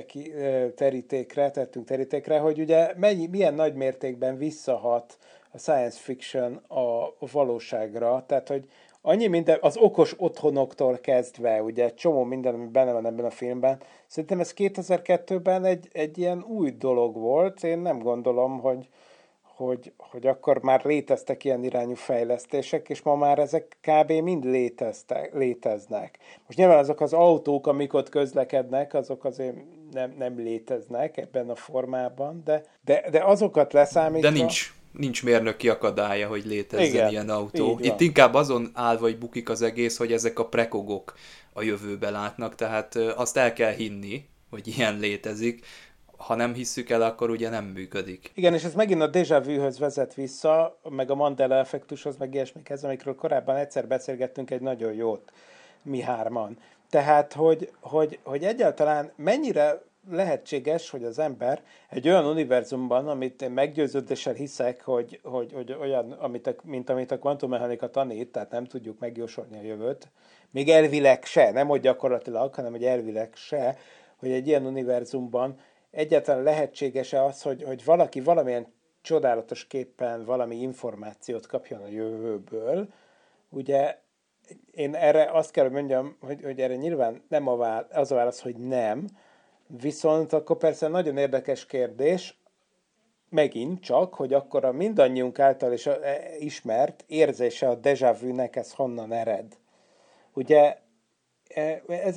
terítékre, hogy ugye milyen nagy mértékben visszahat a science fiction a valóságra. Tehát, hogy annyi minden, az okos otthonoktól kezdve, ugye egy csomó minden, ami benne van ebben a filmben, szerintem ez 2002-ben egy ilyen új dolog volt. Én nem gondolom, hogy akkor már léteztek ilyen irányú fejlesztések, és ma már ezek kb. Mind léteznek. Most nyilván azok az autók, amik ott közlekednek, azok azért nem léteznek ebben a formában, de azokat leszámítva... De nincs mérnöki akadálya, hogy létezzen igen, ilyen autó. Itt inkább azon áll vagy bukik az egész, hogy ezek a prekogok a jövőbe látnak, tehát azt el kell hinni, hogy ilyen létezik. Ha nem hisszük el, akkor ugye nem működik. Igen, és ez megint a déjà vu-höz vezet vissza, meg a Mandela effektushoz, meg ilyesmikhez, amikről korábban egyszer beszélgettünk egy nagyon jót, mi hárman. Tehát, hogy egyáltalán mennyire lehetséges, hogy az ember egy olyan univerzumban, amit én meggyőződéssel hiszek, hogy olyan, mint amit a kvantummechanika tanít, tehát nem tudjuk megjósolni a jövőt, még elvileg se, nem hogy gyakorlatilag, hanem hogy elvileg se, hogy egy ilyen univerzumban egyáltalán lehetséges-e az, hogy valaki valamilyen csodálatos képpen valami információt kapjon a jövőből. Ugye én erre azt kell, hogy mondjam, hogy erre nyilván nem az a válasz, hogy nem, viszont akkor persze nagyon érdekes kérdés, megint csak, hogy akkor a mindannyiunk által is ismert érzése a déjà vu-nek ez honnan ered. Ugye ez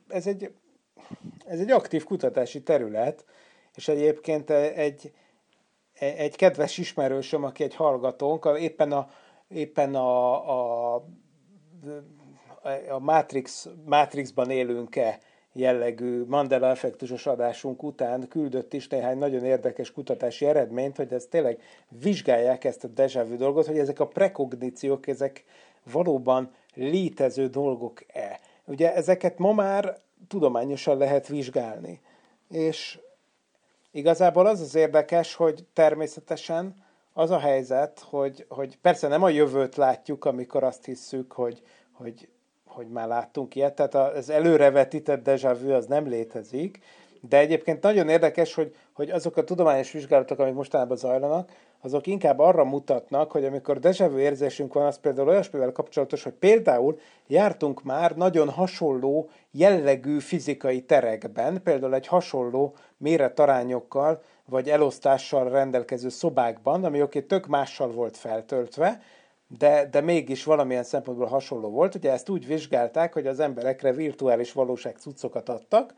egy aktív kutatási terület, és egyébként egy kedves ismerősöm, aki egy hallgatónk, éppen a Matrixban élünk-e jellegű Mandela effektusos adásunk után küldött is néhány nagyon érdekes kutatási eredményt, hogy ez tényleg vizsgálják ezt a déjà vu dolgot, hogy ezek a prekogníciók, ezek valóban létező dolgok-e. Ugye ezeket ma már tudományosan lehet vizsgálni. És igazából az érdekes, hogy természetesen az a helyzet, hogy persze nem a jövőt látjuk, amikor azt hisszük, hogy már láttunk ilyet, tehát az előrevetített déjà vu az nem létezik, de egyébként nagyon érdekes, hogy azok a tudományos vizsgálatok, amik mostanában zajlanak, azok inkább arra mutatnak, hogy amikor déjà vu érzésünk van, az például olyasmivel kapcsolatos, hogy például jártunk már nagyon hasonló jellegű fizikai terekben, például egy hasonló méretarányokkal vagy elosztással rendelkező szobákban, ami oké, tök mással volt feltöltve, de mégis valamilyen szempontból hasonló volt. Ugye ezt úgy vizsgálták, hogy az emberekre virtuális valóság cuccokat adtak,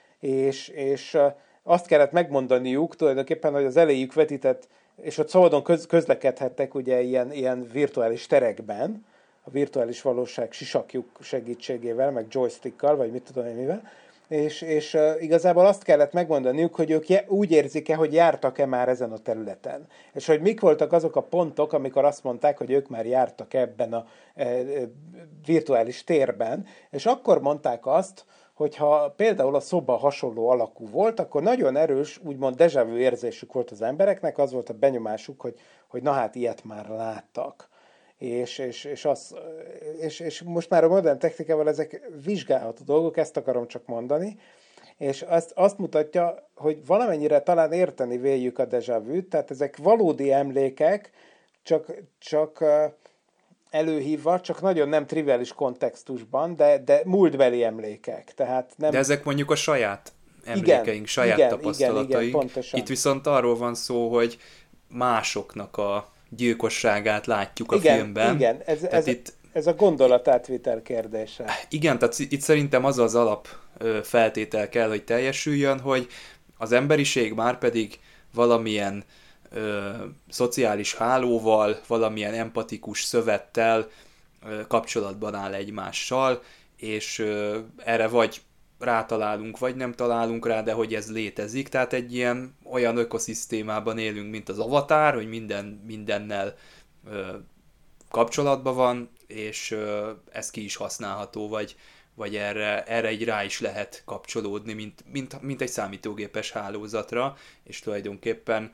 és azt kellett megmondaniuk tulajdonképpen, hogy az eléjük vetített, és ott szabadon közlekedhettek ugye ilyen virtuális terekben, a virtuális valóság sisakjuk segítségével, meg joystickkal, vagy mit tudom én mivel, és igazából azt kellett megmondaniuk, hogy ők úgy érzik-e, hogy jártak-e már ezen a területen. És hogy mik voltak azok a pontok, amikor azt mondták, hogy ők már jártak ebben a virtuális térben, és akkor mondták azt, hogyha például a szoba hasonló alakú volt, akkor nagyon erős, úgymond déjà vu érzésük volt az embereknek, az volt a benyomásuk, hogy na hát ilyet már láttak. És most már a modern technikával ezek vizsgálható dolgok, ezt akarom csak mondani, és azt mutatja, hogy valamennyire talán érteni véljük a déjà vu-t, tehát ezek valódi emlékek, csak előhívva, csak nagyon nem triviális kontextusban, de múltbeli emlékek. Tehát nem... De ezek mondjuk a saját emlékeink, saját tapasztalataink. Igen, itt viszont arról van szó, hogy másoknak a gyilkosságát látjuk a filmben. Igen, ez a gondolatátvitel kérdése. Igen, tehát itt szerintem az az alap feltétel kell, hogy teljesüljön, hogy az emberiség már pedig valamilyen szociális hálóval, valamilyen empatikus szövettel kapcsolatban áll egymással, és erre vagy rátalálunk, vagy nem találunk rá, de hogy ez létezik. Tehát egy ilyen olyan ökoszisztémában élünk, mint az Avatar, hogy mindennel kapcsolatban van, és ez ki is használható, vagy erre így rá is lehet kapcsolódni, mint egy számítógépes hálózatra, és tulajdonképpen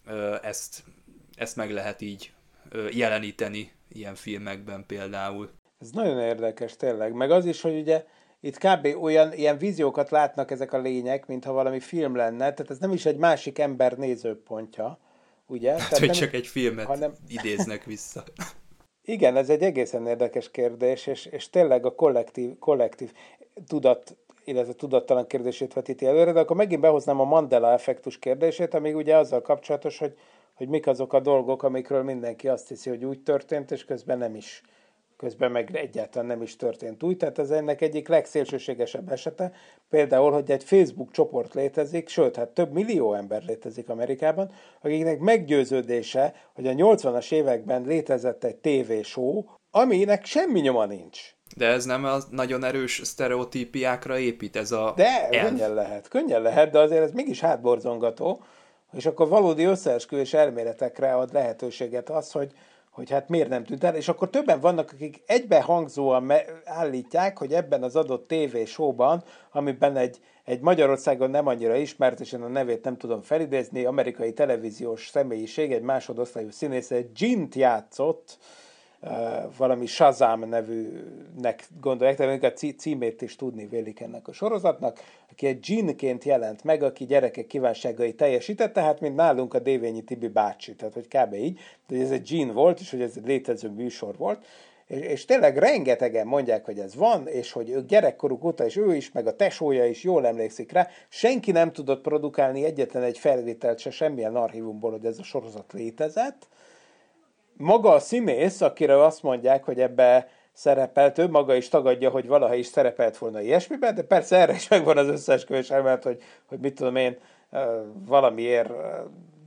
ezt meg lehet így jeleníteni ilyen filmekben például. Ez nagyon érdekes tényleg, meg az is, hogy ugye itt kb. Ilyen víziókat látnak ezek a lények, mintha valami film lenne, tehát ez nem is egy másik ember nézőpontja, ugye? Hát, tehát hogy nem, csak egy filmet idéznek vissza. Igen, ez egy egészen érdekes kérdés, és tényleg a kollektív tudat, illetve tudattalan kérdését vetíti előre, de akkor megint behoznám a Mandela effektus kérdését, ami ugye azzal kapcsolatos, hogy mik azok a dolgok, amikről mindenki azt hiszi, hogy úgy történt, és közben meg egyáltalán nem is történt úgy. Tehát ez ennek egyik legszélsőségesebb esete. Például, hogy egy Facebook csoport létezik, sőt, hát több millió ember létezik Amerikában, akiknek meggyőződése, hogy a 80-as években létezett egy TV-show, aminek semmi nyoma nincs. De ez nem a nagyon erős sztereotípiákra épít ez a De könnyen lehet, de azért ez mégis hátborzongató, és akkor valódi összeesküvés elméletekre ad lehetőséget az, hogy hát miért nem tűnt el, és akkor többen vannak, akik egybehangzóan állítják, hogy ebben az adott TV-showban, amiben egy Magyarországon nem annyira ismert, és én a nevét nem tudom felidézni, amerikai televíziós személyiség, egy másodosztályú színész, egy Gint játszott, valami Shazam nevűnek gondolják, tehát a címét is tudni vélik ennek a sorozatnak, aki egy Djinn-ként jelent meg, aki gyerekek kívánságait teljesítette, tehát mint nálunk a Dévényi Tibi bácsi, tehát hogy kb. Így, hogy ez egy Djinn volt, és hogy ez egy létező műsor volt, és tényleg rengetegen mondják, hogy ez van, és hogy ők gyerekkoruk óta, és ő is, meg a tesója is jól emlékszik rá, senki nem tudott produkálni egyetlen egy felvételt se semmilyen archívumból, hogy ez a sorozat létezett. Maga a színész, akiről azt mondják, hogy ebbe szerepelt, ő maga is tagadja, hogy valaha is szerepelt volna ilyesmiben, de persze erre is megvan az összeesküvés elmélet, hogy mit tudom én, valamiért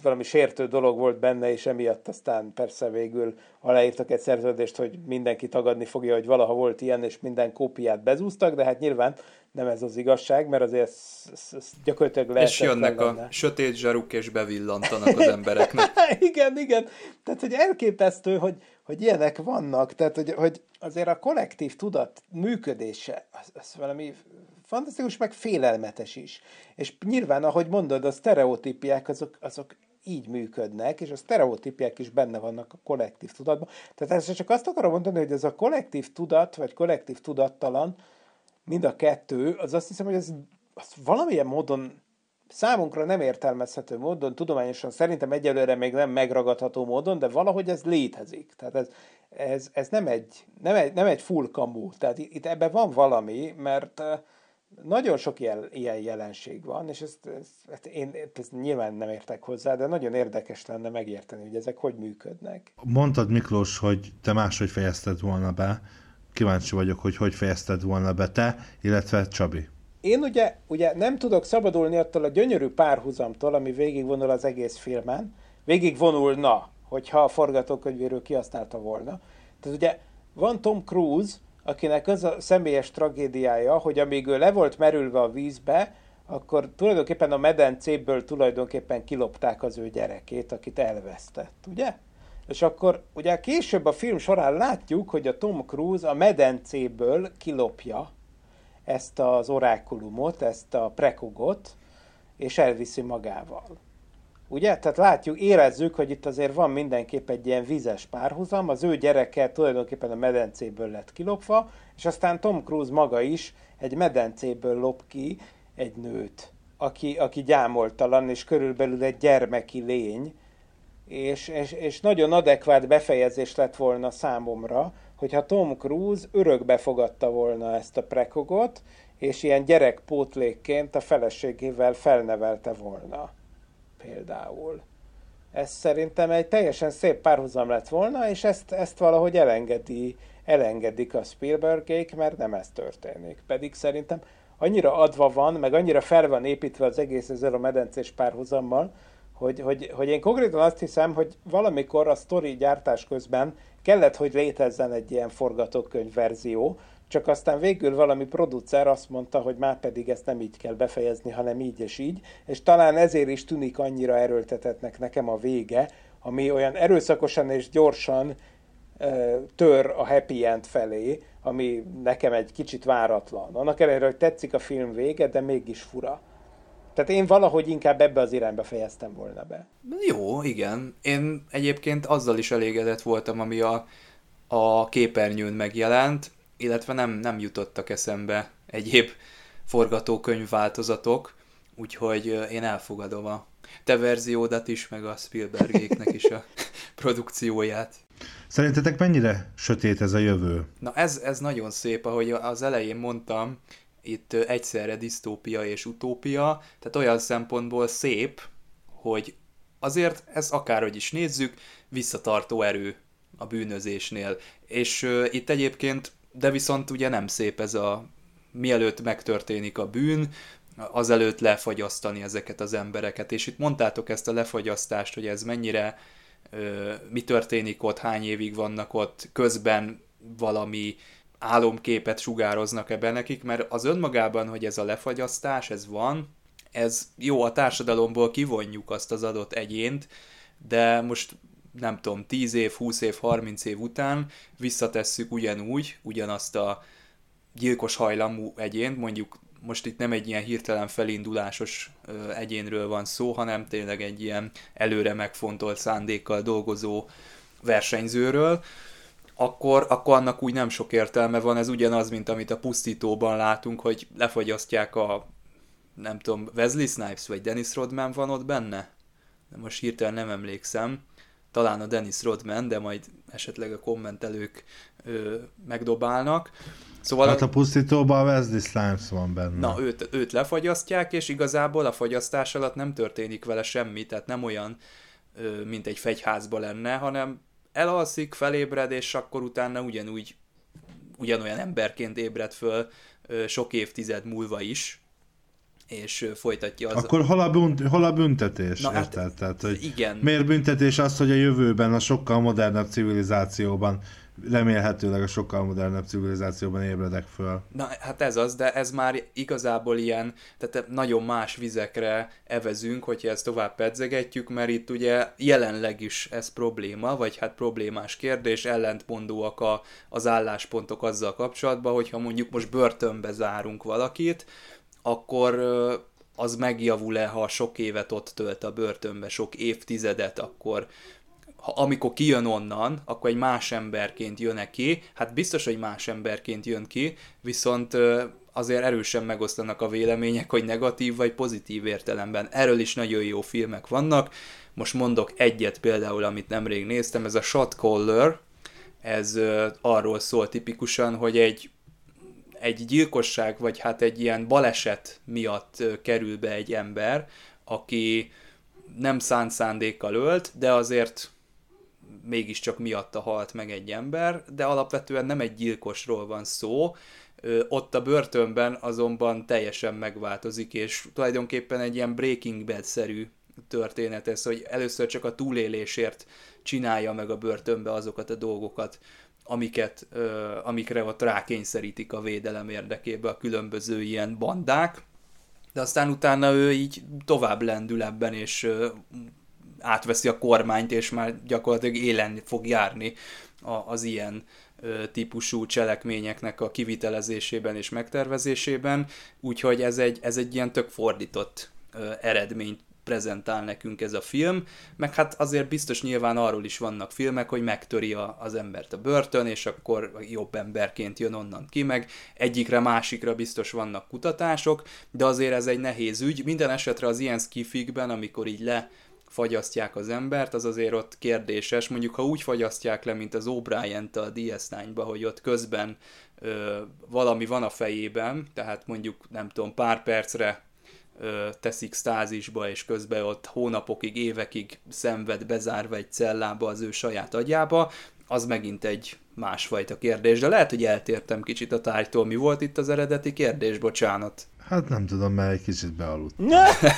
valami sértő dolog volt benne, és emiatt aztán persze végül aláírtak egy szerződést, hogy mindenki tagadni fogja, hogy valaha volt ilyen, és minden kópiát bezúztak, de hát nyilván nem ez az igazság, mert azért ez gyakorlatilag lehet. És jönnek a sötét zsaruk, és bevillantanak az embereknek. Igen. Tehát, hogy elképesztő, hogy ilyenek vannak, tehát, hogy azért a kollektív tudat működése, az valami fantasztikus, meg félelmetes is. És nyilván, ahogy mondod, a sztereotípiák azok így működnek, és a sztereotípiák is benne vannak a kollektív tudatban. Tehát ezt csak azt akarom mondani, hogy ez a kollektív tudat, vagy kollektív tudattalan, mind a kettő, az azt hiszem, hogy ez valamilyen módon, számunkra nem értelmezhető módon, tudományosan szerintem egyelőre még nem megragadható módon, de valahogy ez létezik. Tehát ez nem egy full kamu. Tehát itt ebben van valami, mert nagyon sok ilyen jelenség van, és én nyilván nem értek hozzá, de nagyon érdekes lenne megérteni, hogy ezek hogy működnek. Mondtad, Miklós, hogy te máshogy fejezted volna be. Kíváncsi vagyok, hogy fejezted volna be te, illetve Csabi. Én ugye nem tudok szabadulni attól a gyönyörű párhuzamtól, ami végigvonul az egész filmen. Végigvonulna, hogyha a forgatókönyvíró kihasználta volna. Tehát ugye van Tom Cruise, akinek az a személyes tragédiája, hogy amíg ő le volt merülve a vízbe, akkor tulajdonképpen a medencéből tulajdonképpen kilopták az ő gyerekét, akit elvesztett, ugye? És akkor ugye később a film során látjuk, hogy a Tom Cruise a medencéből kilopja ezt az orákulumot, ezt a prekogot, és elviszi magával. Ugye? Tehát látjuk, érezzük, hogy itt azért van mindenképp egy ilyen vizes párhuzam, az ő gyereke tulajdonképpen a medencéből lett kilopva, és aztán Tom Cruise maga is egy medencéből lop ki egy nőt, aki gyámoltalan, és körülbelül egy gyermeki lény, és nagyon adekvát befejezés lett volna számomra, hogyha Tom Cruise örökbe fogadta volna ezt a prekogot, és ilyen gyerekpótlékként a feleségével felnevelte volna. Például. Ez szerintem egy teljesen szép párhuzam lett volna, és ezt valahogy elengedik a Spielbergék, mert nem ez történik. Pedig szerintem annyira adva van, meg annyira fel van építve az egész ezzel a medencés párhuzammal, hogy én konkrétan azt hiszem, hogy valamikor a sztori gyártás közben kellett, hogy létezzen egy ilyen forgatókönyv verzió, csak aztán végül valami producer azt mondta, hogy már pedig ezt nem így kell befejezni, hanem így és így, és talán ezért is tűnik annyira erőltetettnek nekem a vége, ami olyan erőszakosan és gyorsan tör a happy end felé, ami nekem egy kicsit váratlan. Annak ellenére, hogy tetszik a film vége, de mégis fura. Tehát én valahogy inkább ebbe az irányba fejeztem volna be. Jó, igen. Én egyébként azzal is elégedett voltam, ami a képernyőn megjelent, illetve nem jutottak eszembe egyéb forgatókönyv változatok, úgyhogy én elfogadom a te verziódat is, meg a Spielbergéknek is a produkcióját. Szerintetek mennyire sötét ez a jövő? Na ez nagyon szép, ahogy az elején mondtam, itt egyszerre disztópia és utópia, tehát olyan szempontból szép, hogy azért ez akárhogy is nézzük, visszatartó erő a bűnözésnél. És itt egyébként, de viszont ugye nem szép ez mielőtt megtörténik a bűn, azelőtt lefagyasztani ezeket az embereket. És itt mondtátok ezt a lefagyasztást, hogy ez mennyire, mi történik ott, hány évig vannak ott, közben valami álomképet sugároznak ebben nekik, mert az önmagában, hogy ez a lefagyasztás, ez van, ez jó, a társadalomból kivonjuk azt az adott egyént, de most nem tudom, 10 év, 20 év, 30 év után visszatesszük ugyanazt a gyilkos hajlamú egyént, mondjuk most itt nem egy ilyen hirtelen felindulásos egyénről van szó, hanem tényleg egy ilyen előre megfontolt szándékkal dolgozó versenyzőről, akkor annak úgy nem sok értelme van, ez ugyanaz, mint amit a Pusztítóban látunk, hogy lefagyasztják nem tudom, Wesley Snipes vagy Dennis Rodman van ott benne? De most hirtelen nem emlékszem. Talán a Dennis Rodman, de majd esetleg a kommentelők megdobálnak. Szóval hát a Pusztítóban a Wesley Snipes van benne. Na, őt lefagyasztják, és igazából a fagyasztás alatt nem történik vele semmi, tehát nem olyan, mint egy fegyházba lenne, hanem elalszik, felébred, és akkor utána ugyanolyan emberként ébred föl sok évtized múlva is. és folytatja az... Akkor hol a büntetés? Na, érted? hát, Tehát, hogy igen. Miért büntetés az, hogy a jövőben a sokkal modernebb civilizációban, remélhetőleg a sokkal modernebb civilizációban ébredek föl? Na, hát ez az, de ez már igazából ilyen, tehát nagyon más vizekre evezünk, hogyha ezt tovább pedzegetjük, mert itt ugye jelenleg is ez probléma, vagy hát problémás kérdés, ellentmondóak az álláspontok azzal kapcsolatban, hogyha mondjuk most börtönbe zárunk valakit, akkor az megjavul-e, ha sok évet ott tölt a börtönbe, sok évtizedet, akkor amikor kijön onnan, akkor egy más emberként jön ki, hát biztos, hogy más emberként jön ki, viszont azért erősen megosztanak a vélemények, hogy negatív vagy pozitív értelemben. Erről is nagyon jó filmek vannak. Most mondok egyet például, amit nemrég néztem, ez a Shot Caller, ez arról szól tipikusan, hogy egy gyilkosság, vagy hát egy ilyen baleset miatt kerül be egy ember, aki nem szánt szándékkal ölt, de azért mégiscsak miatta halt meg egy ember, de alapvetően nem egy gyilkosról van szó, ott a börtönben azonban teljesen megváltozik, és tulajdonképpen egy ilyen Breaking Bad-szerű történet ez, hogy először csak a túlélésért csinálja meg a börtönbe azokat a dolgokat, amikre ott rákényszerítik a védelem érdekében a különböző ilyen bandák, de aztán utána ő így tovább lendül ebben, és átveszi a kormányt, és már gyakorlatilag élen fog járni az ilyen típusú cselekményeknek a kivitelezésében és megtervezésében, úgyhogy ez egy ilyen tök fordított eredményt prezentál nekünk ez a film, meg hát azért biztos nyilván arról is vannak filmek, hogy megtöri az embert a börtön, és akkor jobb emberként jön onnan ki, meg egyikre másikra biztos vannak kutatások, de azért ez egy nehéz ügy. Minden esetre az ilyen skifikben, amikor így lefagyasztják az embert, az azért ott kérdéses. Mondjuk, ha úgy fagyasztják le, mint az O'Brien-t a DS9-ba, hogy ott közben valami van a fejében, tehát mondjuk, nem tudom, pár percre teszik stázisba, és közben ott hónapokig, évekig szenved bezárva egy cellába az ő saját agyába, az megint egy másfajta kérdés. De lehet, hogy eltértem kicsit a tárgytól. Mi volt itt az eredeti kérdés? Bocsánat. Hát nem tudom, mert egy kicsit bealudtam.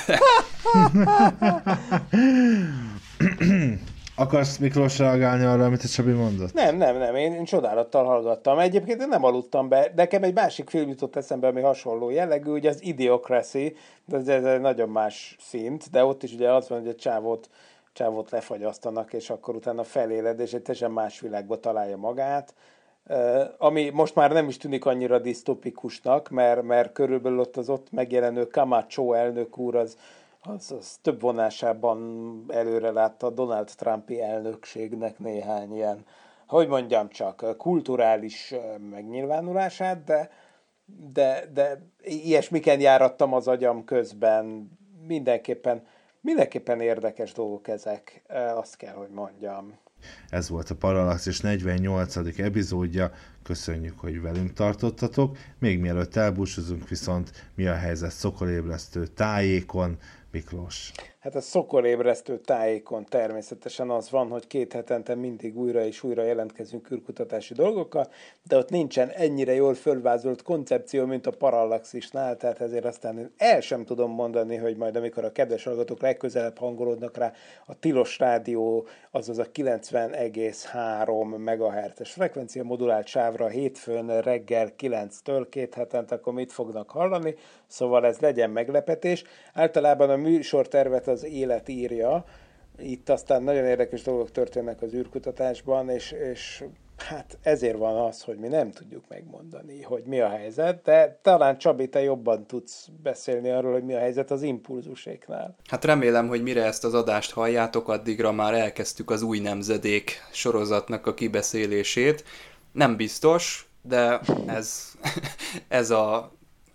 Akarsz, Miklós, reagálni arra, amit a Csabi mondott? Nem, én csodálattal hallgattam. Egyébként én nem aludtam be. Nekem egy másik film jutott eszembe, ami hasonló jellegű, ugye az Idiocracy, de ez egy nagyon más szint, de ott is ugye az van, hogy a csávót lefagyasztanak, és akkor utána feléled, és egy teljesen más világba találja magát. Ami most már nem is tűnik annyira disztopikusnak, mert körülbelül ott megjelenő Camacho elnök úr az több vonásában előre látta a Donald Trumpi elnökségnek néhány ilyen, hogy mondjam csak, kulturális megnyilvánulását, de ilyesmiken járattam az agyam közben. Mindenképpen érdekes dolgok ezek, azt kell, hogy mondjam. Ez volt a Parallaxis 48. epizódja. Köszönjük, hogy velünk tartottatok. Még mielőtt elbúcsúzunk, viszont mi a helyzet szokolébresztő tájékon? Miklós. Hát a szokolébresztő tájékon természetesen az van, hogy 2 hetente mindig újra és újra jelentkezünk űrkutatási dolgokkal, de ott nincsen ennyire jól fölvázolt koncepció, mint a Parallaxisnál, tehát ezért aztán én el sem tudom mondani, hogy majd amikor a kedves hallgatók legközelebb hangolódnak rá, a tilos rádió, azaz a 90,3 MHz-es frekvencia modulált sávra hétfőn reggel 9-től 2 hetente, akkor mit fognak hallani, szóval ez legyen meglepetés. Általában a műsortervet az élet írja, itt aztán nagyon érdekes dolgok történnek az űrkutatásban, és hát ezért van az, hogy mi nem tudjuk megmondani, hogy mi a helyzet, de talán Csabi, te jobban tudsz beszélni arról, hogy mi a helyzet az impulzuséknál. Hát remélem, hogy mire ezt az adást halljátok, addigra már elkezdtük az Új Nemzedék sorozatnak a kibeszélését. Nem biztos, de ez a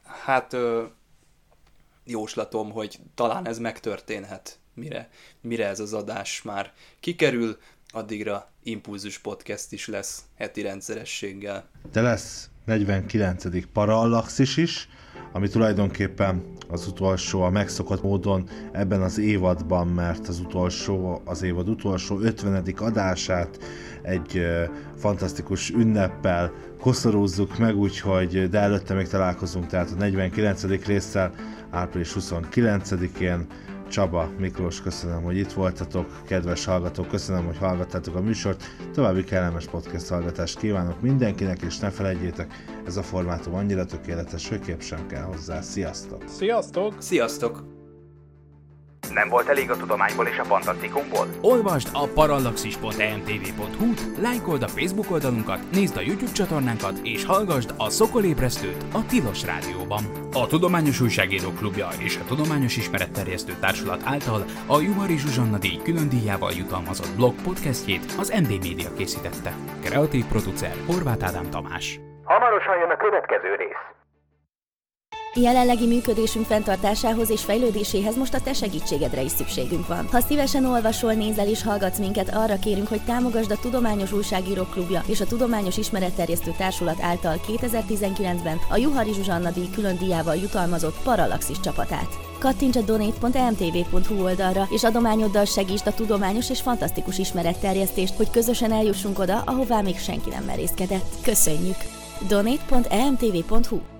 jóslatom, hogy talán ez megtörténhet, mire ez az adás már kikerül, addigra Impulzus Podcast is lesz heti rendszerességgel. De lesz 49. Parallaxis is, ami tulajdonképpen az utolsó a megszokott módon ebben az évadban, mert az évad utolsó 50. adását egy fantasztikus ünneppel koszorúzzuk meg, úgyhogy, de előtte még találkozunk, tehát a 49. résszel, április 29-én. Csaba, Miklós, köszönöm, hogy itt voltatok, kedves hallgatók, köszönöm, hogy hallgattátok a műsort, további kellemes podcast hallgatást kívánok mindenkinek, és ne felejtjétek, ez a formátum annyira tökéletes, hogy kép sem kell hozzá. Sziasztok! Sziasztok! Sziasztok! Nem volt elég a tudományból és a fantasztikumból? Olvasd a parallaxis.emtv.hu-t, lájkold a Facebook oldalunkat, nézd a YouTube csatornánkat, és hallgasd a Szokolébresztőt a Tilos Rádióban. A Tudományos Újságírók Klubja és a Tudományos Ismeretterjesztő Társulat által a Juhari Zsuzsanna díj külön díjával jutalmazott blog podcastjét az MD Media készítette. Kreatív producer Horváth Ádám Tamás. Hamarosan jön a következő rész. Jelenlegi működésünk fenntartásához és fejlődéséhez most a te segítségedre is szükségünk van. Ha szívesen olvasol, nézel és hallgatsz minket, arra kérünk, hogy támogasd a Tudományos Újságírók Klubja és a Tudományos Ismeretterjesztő Társulat által 2019-ben a Juhari Zsuzsanna díj külön díjával jutalmazott Parallaxis csapatát. Kattints a donate.emtv.hu oldalra, és adományoddal segítsd a tudományos és fantasztikus ismeretterjesztést, hogy közösen eljussunk oda, ahová még senki nem merészkedett. Köszönjük! donate.emtv.hu